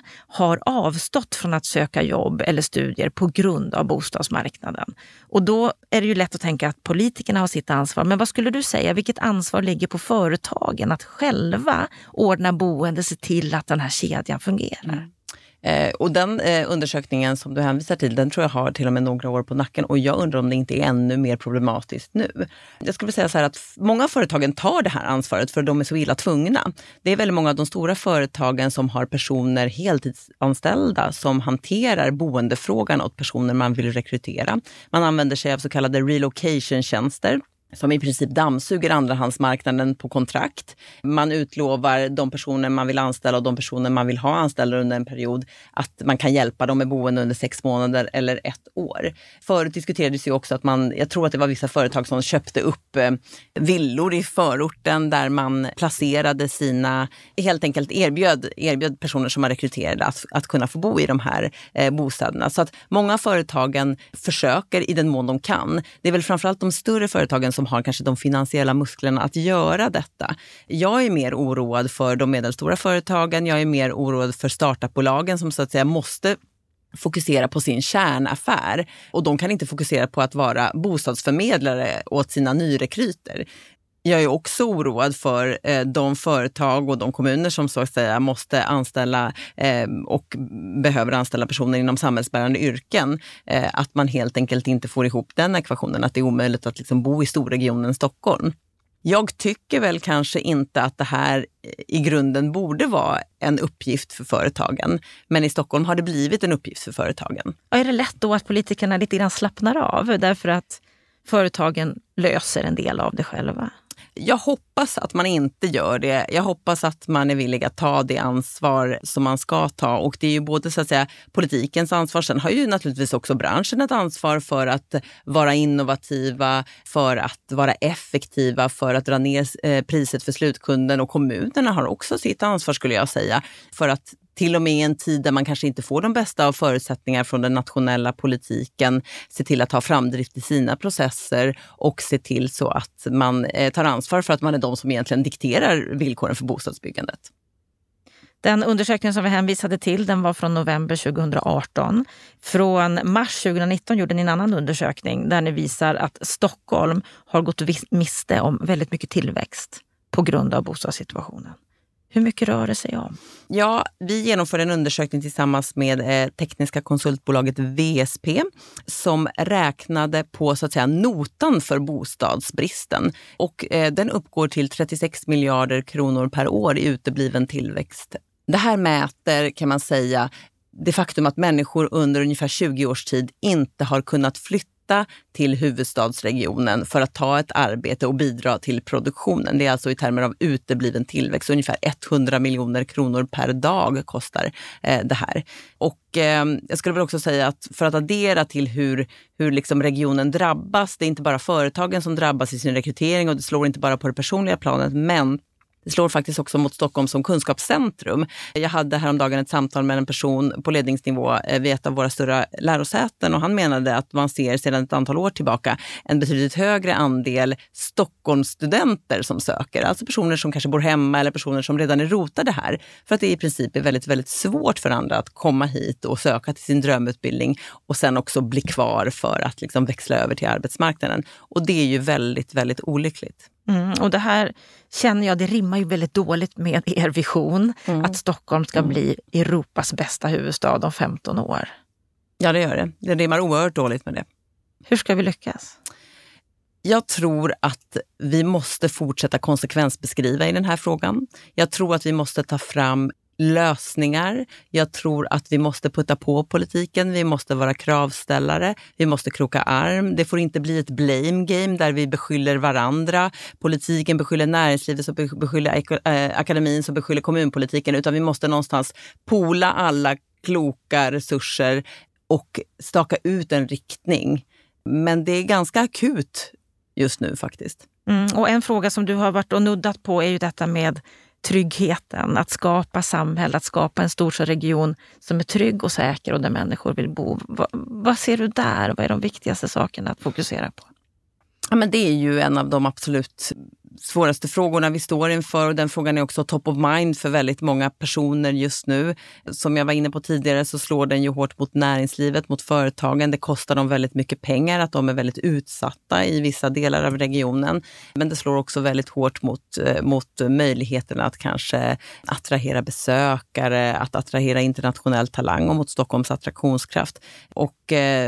Speaker 4: har avstått från att söka jobb eller studier på grund av bostadsmarknaden. Och då är det ju lätt att tänka att politikerna har sitt ansvar. Men vad skulle du säga, vilket ansvar ligger på företagen att själva ordna boende, se till att den här kedjan fungerar?
Speaker 1: Och den undersökningen som du hänvisar till, den tror jag har till och med några år på nacken, och jag undrar om det inte är ännu mer problematiskt nu. Jag skulle säga så här att många av företagen tar det här ansvaret för de är så illa tvungna. Det är väldigt många av de stora företagen som har personer heltidsanställda som hanterar boendefrågan åt personer man vill rekrytera. Man använder sig av så kallade relocation-tjänster som i princip dammsuger andrahandsmarknaden på kontrakt. Man utlovar de personer man vill anställa och de personer man vill ha anställda under en period att man kan hjälpa dem med boende under 6 månader eller 1 år. Förut diskuterades ju också att jag tror att det var vissa företag som köpte upp villor i förorten där man placerade helt enkelt erbjöd personer som man rekryterade att kunna få bo i de här bostäderna. Så att många företagen försöker i den mån de kan. Det är väl framförallt de större företagen som har kanske de finansiella musklerna att göra detta. Jag är mer oroad för de medelstora företagen, jag är mer oroad för startupbolagen som så att säga måste fokusera på sin kärnaffär, och de kan inte fokusera på att vara bostadsförmedlare åt sina nyrekryter. Jag är också oroad för de företag och de kommuner som så att säga måste anställa och behöver anställa personer inom samhällsbärande yrken. Att man helt enkelt inte får ihop den ekvationen, att det är omöjligt att liksom bo i storregionen Stockholm. Jag tycker väl kanske inte att det här i grunden borde vara en uppgift för företagen. Men i Stockholm har det blivit en uppgift för företagen.
Speaker 4: Och är det lätt då att politikerna lite grann slappnar av därför att företagen löser en del av det själva?
Speaker 1: Jag hoppas att man inte gör det. Jag hoppas att man är villig att ta det ansvar som man ska ta. Och det är ju både så att säga politikens ansvar. Sen har ju naturligtvis också branschen ett ansvar för att vara innovativa, för att vara effektiva, för att dra ner priset för slutkunden. Och kommunerna har också sitt ansvar, skulle jag säga, för att till och med i en tid där man kanske inte får de bästa av förutsättningar från den nationella politiken, se till att ha framdrift i sina processer och se till så att man tar ansvar för att man är de som egentligen dikterar villkoren för bostadsbyggandet.
Speaker 4: Den undersökningen som vi hänvisade till, den var från november 2018. Från mars 2019 gjorde ni en annan undersökning där ni visar att Stockholm har gått miste om väldigt mycket tillväxt på grund av bostadssituationen. Hur mycket rör det sig om?
Speaker 1: Ja, vi genomförde en undersökning tillsammans med tekniska konsultbolaget VSP som räknade på så att säga notan för bostadsbristen. Och den uppgår till 36 miljarder kronor per år i utebliven tillväxt. Det här mäter, kan man säga, det faktum att människor under ungefär 20 års tid inte har kunnat flytta till huvudstadsregionen för att ta ett arbete och bidra till produktionen. Det är alltså i termer av utebliven tillväxt. Ungefär 100 miljoner kronor per dag kostar det här. Och jag skulle väl också säga att för att addera till hur liksom regionen drabbas, det är inte bara företagen som drabbas i sin rekrytering och det slår inte bara på det personliga planet, men Det slår faktiskt också mot Stockholm som kunskapscentrum. Jag hade häromdagen ett samtal med en person på ledningsnivå vid ett av våra större lärosäten och han menade att man ser sedan ett antal år tillbaka en betydligt högre andel Stockholmsstudenter som söker. Alltså personer som kanske bor hemma eller personer som redan är rotade här. För att det i princip är väldigt, väldigt svårt för andra att komma hit och söka till sin drömutbildning och sen också bli kvar för att liksom växla över till arbetsmarknaden. Och det är ju väldigt, väldigt olyckligt.
Speaker 4: Och det här känner jag, det rimmar ju väldigt dåligt med er vision att Stockholm ska bli Europas bästa huvudstad om 15 år.
Speaker 1: Ja, det gör det. Det rimmar oerhört dåligt med det.
Speaker 4: Hur ska vi lyckas?
Speaker 1: Jag tror att vi måste fortsätta konsekvensbeskriva i den här frågan. Jag tror att vi måste ta fram lösningar. Jag tror att vi måste putta på politiken. Vi måste vara kravställare. Vi måste kroka arm. Det får inte bli ett blame game där vi beskyller varandra. Politiken beskyller näringslivet, så beskyller akademin, så beskyller kommunpolitiken. Utan vi måste någonstans pola alla kloka resurser och staka ut en riktning. Men det är ganska akut just nu faktiskt.
Speaker 4: Och en fråga som du har varit och nuddat på är ju detta med tryggheten. Att skapa samhälle, att skapa en stor region som är trygg och säker och där människor vill bo. Vad ser du där? Vad är de viktigaste sakerna att fokusera på?
Speaker 1: Ja, men det är ju en av de absolut svåraste frågorna vi står inför och den frågan är också top of mind för väldigt många personer just nu. Som jag var inne på tidigare så slår den ju hårt mot näringslivet, mot företagen. Det kostar dem väldigt mycket pengar att de är väldigt utsatta i vissa delar av regionen. Men det slår också väldigt hårt mot möjligheterna att kanske attrahera besökare, att attrahera internationell talang och mot Stockholms attraktionskraft. Och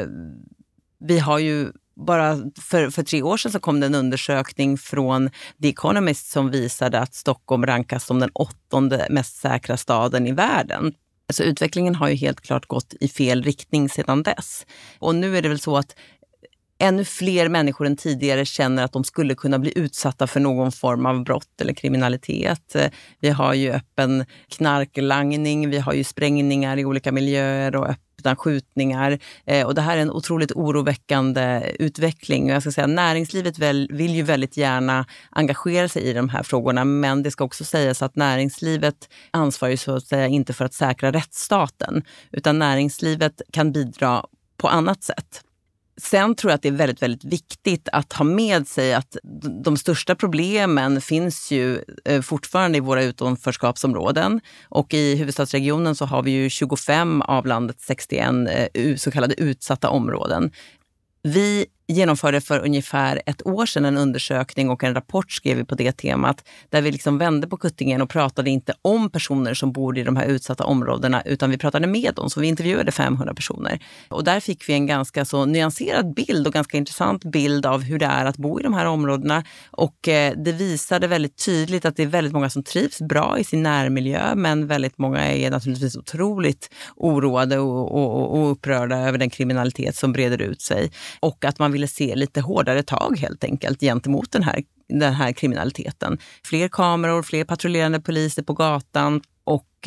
Speaker 1: vi har ju bara för 3 år sedan så kom det en undersökning från The Economist som visade att Stockholm rankas som den 8:e mest säkra staden i världen. Så utvecklingen har ju helt klart gått i fel riktning sedan dess. Och nu är det väl så att ännu fler människor än tidigare känner att de skulle kunna bli utsatta för någon form av brott eller kriminalitet. Vi har ju öppen knarklangning, vi har ju sprängningar i olika miljöer och öppna skjutningar. Och det här är en otroligt oroväckande utveckling. Och jag ska säga näringslivet vill ju väldigt gärna engagera sig i de här frågorna. Men det ska också sägas att näringslivet ansvarar ju så att säga inte för att säkra rättsstaten. Utan näringslivet kan bidra på annat sätt. Sen tror jag att det är väldigt, väldigt viktigt att ha med sig att de största problemen finns ju fortfarande i våra utanförskapsområden. Och i huvudstadsregionen så har vi ju 25 av landets 61 så kallade utsatta områden. Vi genomförde för ungefär 1 år sedan en undersökning och en rapport skrev vi på det temat där vi liksom vände på kuttingen och pratade inte om personer som bor i de här utsatta områdena utan vi pratade med dem. Så vi intervjuade 500 personer. Och där fick vi en ganska så nyanserad bild och ganska intressant bild av hur det är att bo i de här områdena. Och det visade väldigt tydligt att det är väldigt många som trivs bra i sin närmiljö men väldigt många är naturligtvis otroligt oroade och upprörda över den kriminalitet som breder ut sig. Och att man ville se lite hårdare tag helt enkelt gentemot den här kriminaliteten. Fler kameror, fler patrullerande poliser på gatan och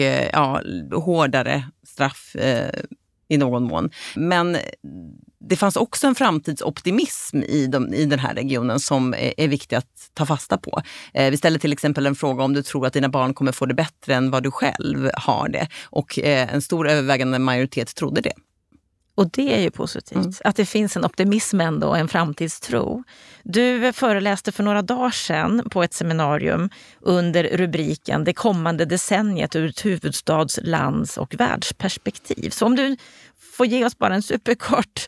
Speaker 1: hårdare straff i någon mån. Men det fanns också en framtidsoptimism i den här regionen som är viktig att ta fasta på. Vi ställer till exempel en fråga om du tror att dina barn kommer få det bättre än vad du själv har det. Och en stor övervägande majoritet trodde det.
Speaker 4: Och det är ju positivt, att det finns en optimism ändå och en framtidstro. Du föreläste för några dagar sedan på ett seminarium under rubriken Det kommande decenniet ur ett huvudstads-, lands- och världsperspektiv. Så om du får ge oss bara en superkort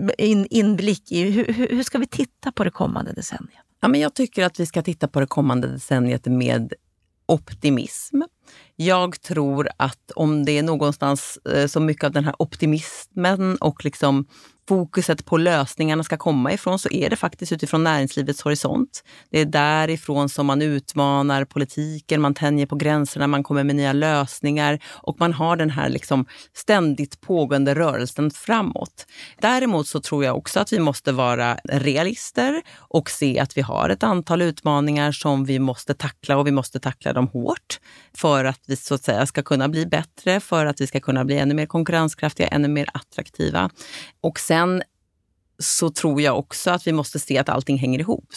Speaker 4: inblick i hur ska vi titta på det kommande decenniet?
Speaker 1: Ja, men jag tycker att vi ska titta på det kommande decenniet med optimism. Jag tror att om det är någonstans så mycket av den här optimismen och liksom fokuset på lösningarna ska komma ifrån så är det faktiskt utifrån näringslivets horisont. Det är därifrån som man utmanar politiken, man tänjer på gränserna, man kommer med nya lösningar och man har den här liksom ständigt pågående rörelsen framåt. Däremot så tror jag också att vi måste vara realister och se att vi har ett antal utmaningar som vi måste tackla och vi måste tackla dem hårt för att vi så att säga ska kunna bli bättre, för att vi ska kunna bli ännu mer konkurrenskraftiga, ännu mer attraktiva. Och sen så tror jag också att vi måste se att allting hänger ihop.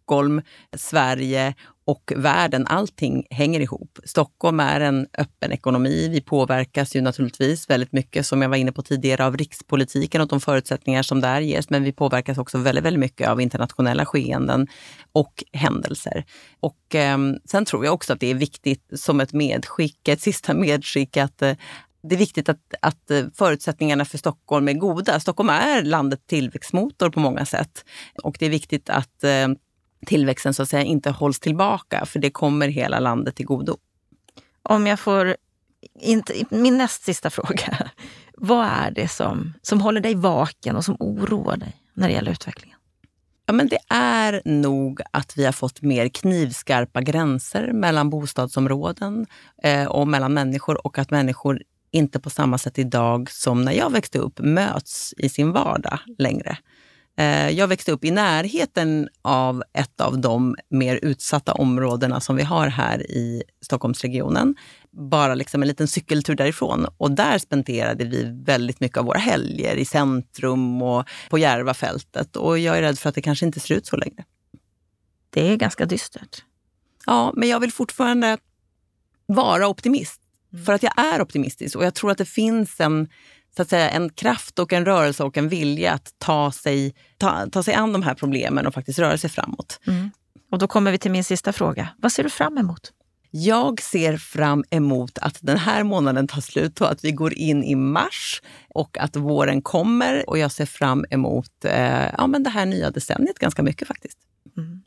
Speaker 1: Stockholm, Sverige och världen, allting hänger ihop. Stockholm är en öppen ekonomi. Vi påverkas ju naturligtvis väldigt mycket, som jag var inne på tidigare, av rikspolitiken och de förutsättningar som där ges. Men vi påverkas också väldigt, väldigt mycket av internationella skeenden och händelser. Och sen tror jag också att det är viktigt som ett medskick, ett sista medskick, att det är viktigt att förutsättningarna för Stockholm är goda. Stockholm är landets tillväxtmotor på många sätt. Och det är viktigt att tillväxten så att säga inte hålls tillbaka, för det kommer hela landet till godo.
Speaker 4: Om jag får min näst sista fråga. Vad är det som håller dig vaken och som oroar dig när det gäller utvecklingen?
Speaker 1: Ja, men det är nog att vi har fått mer knivskarpa gränser mellan bostadsområden och mellan människor, och att människor inte på samma sätt idag som när jag växte upp möts i sin vardag längre. Jag växte upp i närheten av ett av de mer utsatta områdena som vi har här i Stockholmsregionen. Bara liksom en liten cykeltur därifrån. Och där spenderade vi väldigt mycket av våra helger i centrum och på Järvafältet. Och jag är rädd för att det kanske inte ser ut så längre.
Speaker 4: Det är ganska dystert.
Speaker 1: Ja, men jag vill fortfarande vara optimist. För att jag är optimistisk, och jag tror att det finns en kraft och en rörelse och en vilja att ta sig an de här problemen och faktiskt röra sig framåt.
Speaker 4: Mm. Och då kommer vi till min sista fråga. Vad ser du fram emot?
Speaker 1: Jag ser fram emot att den här månaden tar slut och att vi går in i mars och att våren kommer. Och jag ser fram emot det här nya decenniet ganska mycket faktiskt.
Speaker 4: Mm.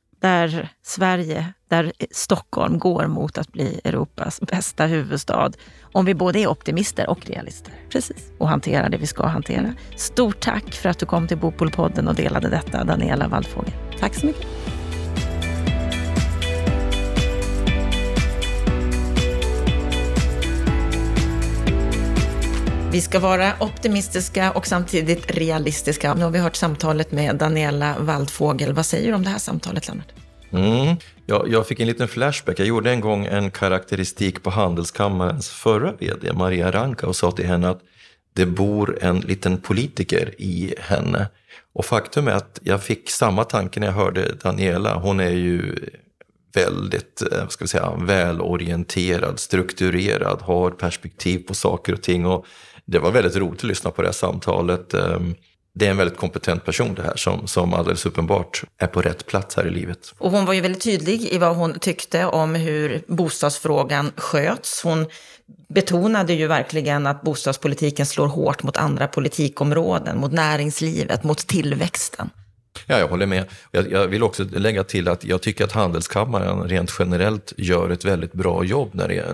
Speaker 4: Där Stockholm går mot att bli Europas bästa huvudstad. Om vi både är optimister och realister.
Speaker 1: Precis.
Speaker 4: Och hanterar det vi ska hantera. Stort tack för att du kom till Bopolpodden och delade detta, Daniela Waldfågel.
Speaker 1: Tack så mycket.
Speaker 2: Vi ska vara optimistiska och samtidigt realistiska. Nu har vi hört samtalet med Daniela Waldfågel. Vad säger du om det här samtalet, Lennart?
Speaker 3: Jag fick en liten flashback. Jag gjorde en gång en karaktäristik på Handelskammarens förra vd, Maria Ranka, och sa till henne att det bor en liten politiker i henne. Och faktum är att jag fick samma tanke när jag hörde Daniela. Hon är ju väldigt, välorienterad, strukturerad, har perspektiv på saker och ting, och det var väldigt roligt att lyssna på det här samtalet. Det är en väldigt kompetent person det här som alldeles uppenbart är på rätt plats här i livet.
Speaker 2: Och hon var ju väldigt tydlig i vad hon tyckte om hur bostadsfrågan sköts. Hon betonade ju verkligen att bostadspolitiken slår hårt mot andra politikområden, mot näringslivet, mot tillväxten.
Speaker 3: Ja, jag håller med. Jag vill också lägga till att jag tycker att Handelskammaren rent generellt gör ett väldigt bra jobb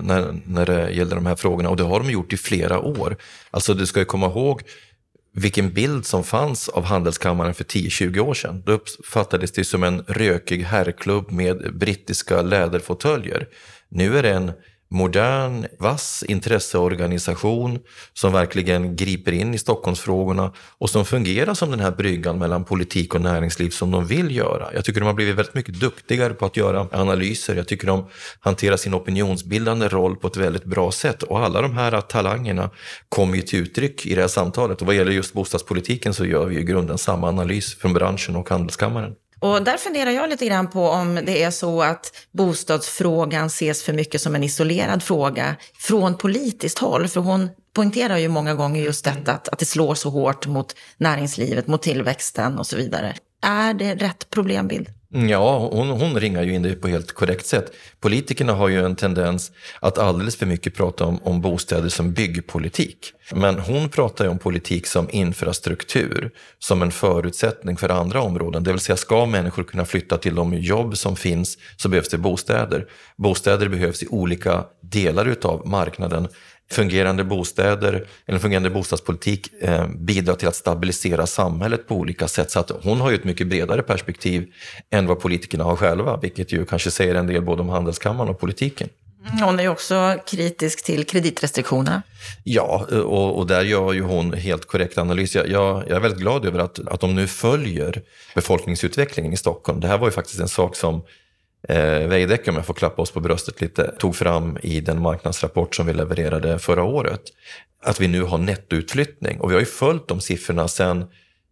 Speaker 3: när det gäller de här frågorna. Och det har de gjort i flera år. Alltså du ska ju komma ihåg vilken bild som fanns av Handelskammaren för 10-20 år sedan. Då uppfattades det som en rökig herrklubb med brittiska läderfåtöljer. Nu är det en modern, vass intresseorganisation som verkligen griper in i Stockholmsfrågorna och som fungerar som den här bryggan mellan politik och näringsliv som de vill göra. Jag tycker de har blivit väldigt mycket duktigare på att göra analyser. Jag tycker de hanterar sin opinionsbildande roll på ett väldigt bra sätt. Och alla de här talangerna kommer ju till uttryck i det här samtalet. Och vad gäller just bostadspolitiken så gör vi i grunden samma analys från branschen och Handelskammaren.
Speaker 2: Och där funderar jag lite grann på om det är så att bostadsfrågan ses för mycket som en isolerad fråga från politiskt håll. För hon poängterar ju många gånger just detta att det slår så hårt mot näringslivet, mot tillväxten och så vidare. Är det rätt problembild?
Speaker 3: Ja, hon ringar ju in det på helt korrekt sätt. Politikerna har ju en tendens att alldeles för mycket prata om bostäder som byggpolitik. Men hon pratar ju om politik som infrastruktur, som en förutsättning för andra områden. Det vill säga, ska människor kunna flytta till de jobb som finns så behövs det bostäder. Bostäder behövs i olika delar utav marknaden. Fungerande bostäder eller fungerande bostadspolitik bidrar till att stabilisera samhället på olika sätt. Så att hon har ju ett mycket bredare perspektiv än vad politikerna har själva, vilket ju kanske säger en del både om Handelskammaren och politiken.
Speaker 2: Hon är ju också kritisk till kreditrestriktionerna.
Speaker 3: Ja, och där gör ju hon helt korrekt analys. Jag är väldigt glad över att de nu följer befolkningsutvecklingen i Stockholm. Det här var ju faktiskt en sak som Veidekke, om jag får klappa oss på bröstet lite, tog fram i den marknadsrapport som vi levererade förra året. Att vi nu har nettoutflyttning. Och vi har ju följt de siffrorna sedan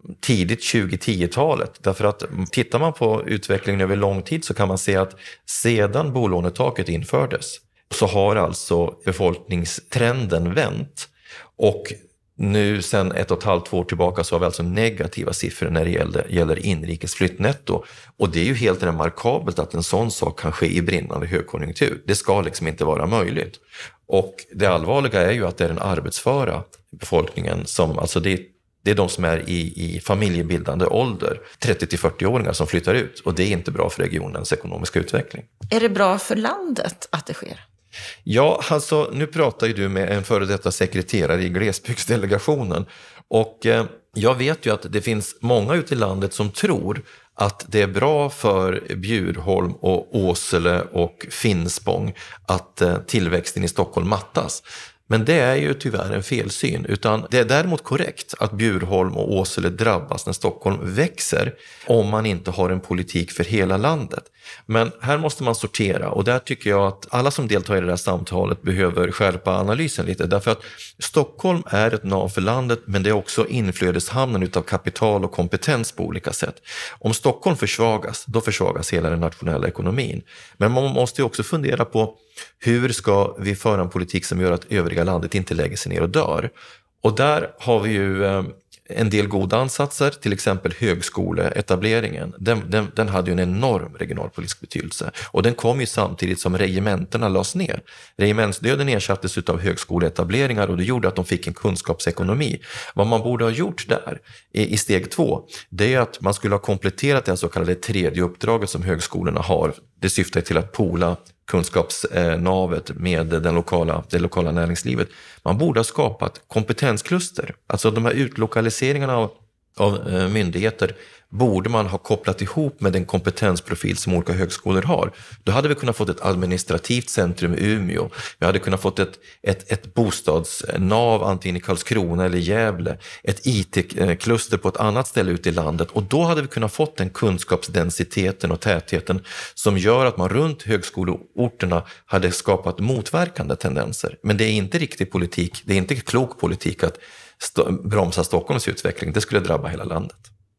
Speaker 3: tidigt 2010-talet. Därför att tittar man på utvecklingen över lång tid så kan man se att sedan bolånetaket infördes så har alltså befolkningstrenden vänt. Och nu sedan 1,5-2 år tillbaka så har vi alltså negativa siffror när det gäller inrikes flyttnetto. Och det är ju helt remarkabelt att en sån sak kan ske i brinnande högkonjunktur. Det ska liksom inte vara möjligt. Och det allvarliga är ju att det är den arbetsföra befolkningen som, alltså det är de som är i familjebildande ålder, 30-40-åringar som flyttar ut. Och det är inte bra för regionens ekonomiska utveckling.
Speaker 2: Är det bra för landet att det sker?
Speaker 3: Ja, alltså nu pratar ju du med en före detta sekreterare i glesbygdsdelegationen. Och jag vet ju att det finns många ute i landet som tror att det är bra för Bjurholm och Åsele och Finspång att tillväxten i Stockholm mattas. Men det är ju tyvärr en felsyn, utan det är däremot korrekt att Bjurholm och Åsele drabbas när Stockholm växer om man inte har en politik för hela landet. Men här måste man sortera, och där tycker jag att alla som deltar i det här samtalet behöver skärpa analysen lite, därför att Stockholm är ett nav för landet, men det är också inflödeshamnen utav kapital och kompetens på olika sätt. Om Stockholm försvagas, då försvagas hela den nationella ekonomin. Men man måste ju också fundera på hur ska vi föra en politik som gör att övriga landet inte lägger sig ner och dör. Och där har vi ju en del goda ansatser, till exempel högskoleetableringen. Den hade ju en enorm regionalpolitisk betydelse. Och den kom ju samtidigt som regementerna lades ner. Regementsdöden ersattes av högskoleetableringar och det gjorde att de fick en kunskapsekonomi. Vad man borde ha gjort där i steg 2, det är att man skulle ha kompletterat det så kallade tredje uppdraget som högskolorna har. Det syftar till att pola kunskapsnavet med det lokala näringslivet. Man borde ha skapat kompetenskluster. Alltså de här utlokaliseringarna av myndigheter borde man ha kopplat ihop med den kompetensprofil som olika högskolor har. Då hade vi kunnat fått ett administrativt centrum i Umeå. Vi hade kunnat fått ett bostadsnav antingen i Karlskrona eller Gävle. Ett IT-kluster på ett annat ställe ute i landet. Och då hade vi kunnat fått den kunskapsdensiteten och tätheten som gör att man runt högskoleorterna hade skapat motverkande tendenser. Men det är inte riktig politik, det är inte klok politik att bromsa Stockholms utveckling. Det skulle drabba hela landet.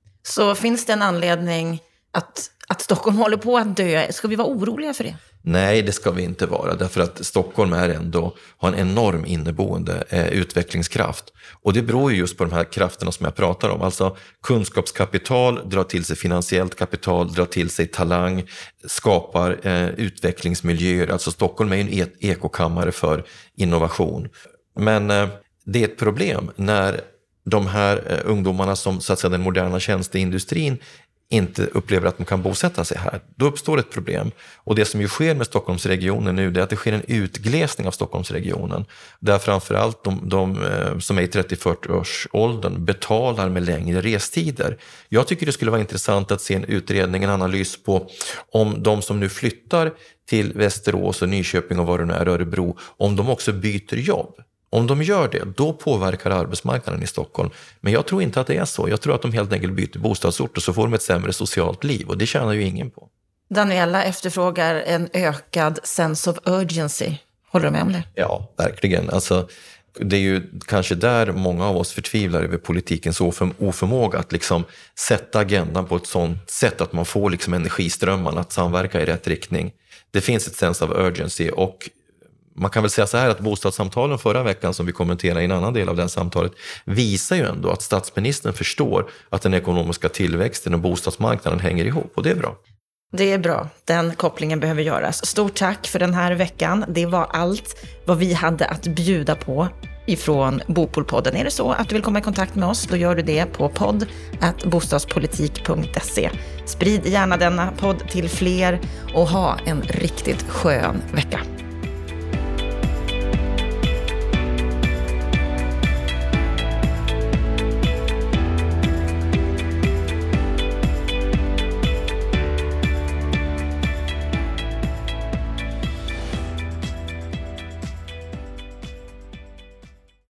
Speaker 2: Så finns det en anledning att Stockholm håller på att dö? Ska vi vara oroliga för det?
Speaker 3: Nej, det ska vi inte vara. Därför att Stockholm har en enorm inneboende utvecklingskraft. Och det beror ju just på de här krafterna som jag pratar om. Alltså kunskapskapital drar till sig finansiellt kapital, drar till sig talang, skapar utvecklingsmiljöer. Alltså Stockholm är en ekokammare för innovation. Men det är ett problem när de här ungdomarna som så att säga den moderna tjänsteindustrin inte upplever att de kan bosätta sig här. Då uppstår ett problem. Och det som ju sker med Stockholmsregionen nu, det är att det sker en utglesning av Stockholmsregionen. Där framförallt de som är i 30-40-årsåldern betalar med längre restider. Jag tycker det skulle vara intressant att se en analys på om de som nu flyttar till Västerås och Nyköping och vad det nu är, Örebro, om de också byter jobb. Om de gör det, då påverkar arbetsmarknaden i Stockholm. Men jag tror inte att det är så. Jag tror att de helt enkelt byter bostadsort och så får de ett sämre socialt liv. Och det tjänar ju ingen på.
Speaker 2: Daniela efterfrågar en ökad sense of urgency. Håller du med om det?
Speaker 3: Ja, verkligen. Alltså, det är ju kanske där många av oss förtvivlar över politikens oförmåga att liksom sätta agendan på ett sånt sätt att man får liksom energiströmmarna att samverka i rätt riktning. Det finns ett sense of urgency, och man kan väl säga så här att bostadssamtalen förra veckan som vi kommenterar i en annan del av det samtalet visar ju ändå att statsministern förstår att den ekonomiska tillväxten och bostadsmarknaden hänger ihop, och det är bra.
Speaker 2: Det är bra. Den kopplingen behöver göras. Stort tack för den här veckan. Det var allt vad vi hade att bjuda på ifrån Bopolpodden. Är det så att du vill komma i kontakt med oss, då gör du det på podd@bostadspolitik.se. Sprid gärna denna podd till fler och ha en riktigt skön vecka.